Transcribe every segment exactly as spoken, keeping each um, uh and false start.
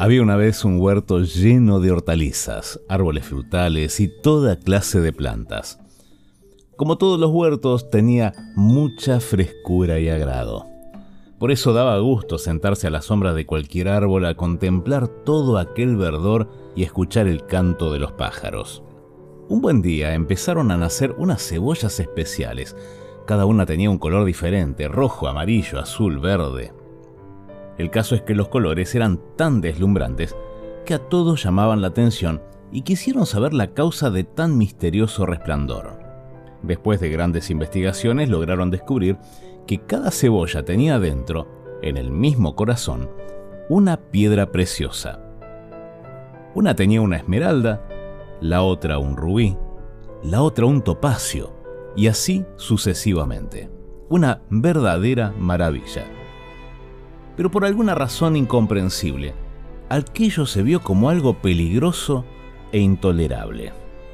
Había una vez un huerto lleno de hortalizas, árboles frutales y toda clase de plantas. Como todos los huertos, tenía mucha frescura y agrado. Por eso daba gusto sentarse a la sombra de cualquier árbol a contemplar todo aquel verdor y escuchar el canto de los pájaros. Un buen día empezaron a nacer unas cebollas especiales. Cada una tenía un color diferente: rojo, amarillo, azul, verde. El caso es que los colores eran tan deslumbrantes que a todos llamaban la atención y quisieron saber la causa de tan misterioso resplandor. Después de grandes investigaciones lograron descubrir que cada cebolla tenía dentro, en el mismo corazón, una piedra preciosa. Una tenía una esmeralda, la otra un rubí, la otra un topacio, y así sucesivamente. Una verdadera maravilla. Pero por alguna razón incomprensible, aquello se vio como algo peligroso e intolerable.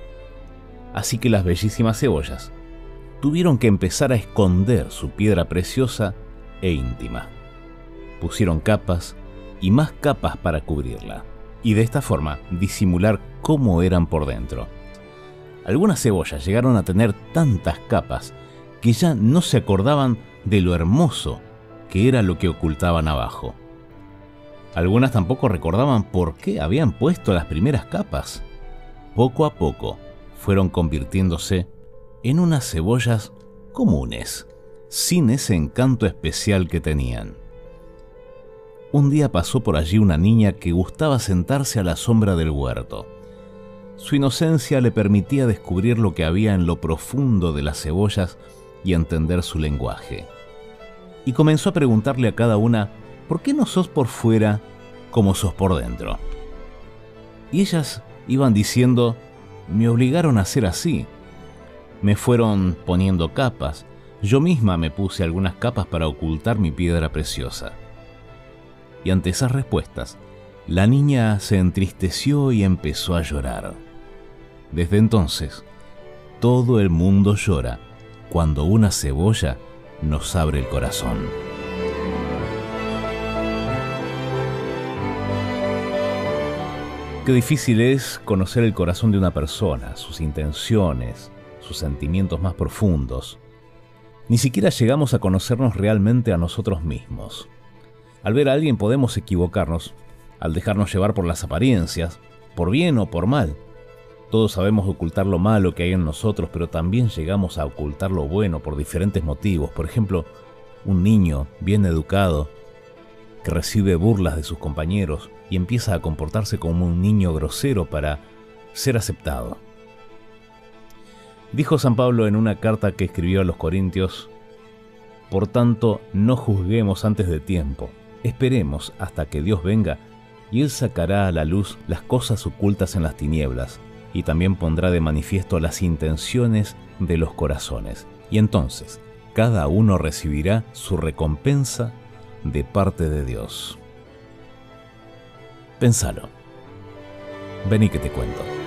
Así que las bellísimas cebollas tuvieron que empezar a esconder su piedra preciosa e íntima. Pusieron capas y más capas para cubrirla, y de esta forma disimular cómo eran por dentro. Algunas cebollas llegaron a tener tantas capas que ya no se acordaban de lo hermoso que era lo que ocultaban abajo. Algunas tampoco recordaban por qué habían puesto las primeras capas. Poco a poco fueron convirtiéndose en unas cebollas comunes, sin ese encanto especial que tenían. Un día pasó por allí una niña que gustaba sentarse a la sombra del huerto. Su inocencia le permitía descubrir lo que había en lo profundo de las cebollas y entender su lenguaje. Y comenzó a preguntarle a cada una: ¿por qué no sos por fuera como sos por dentro? Y ellas iban diciendo: me obligaron a ser así. Me fueron poniendo capas. Yo misma me puse algunas capas para ocultar mi piedra preciosa. Y ante esas respuestas, la niña se entristeció y empezó a llorar. Desde entonces, todo el mundo llora cuando una cebolla nos abre el corazón. Qué difícil es conocer el corazón de una persona, sus intenciones, sus sentimientos más profundos. Ni siquiera llegamos a conocernos realmente a nosotros mismos. Al ver a alguien podemos equivocarnos, al dejarnos llevar por las apariencias, por bien o por mal. Todos sabemos ocultar lo malo que hay en nosotros, pero también llegamos a ocultar lo bueno por diferentes motivos. Por ejemplo, un niño bien educado que recibe burlas de sus compañeros y empieza a comportarse como un niño grosero para ser aceptado. Dijo San Pablo en una carta que escribió a los Corintios: por tanto, no juzguemos antes de tiempo, esperemos hasta que Dios venga, y Él sacará a la luz las cosas ocultas en las tinieblas, y también pondrá de manifiesto las intenciones de los corazones. Y entonces, cada uno recibirá su recompensa de parte de Dios. Pénsalo. Ven y que te cuento.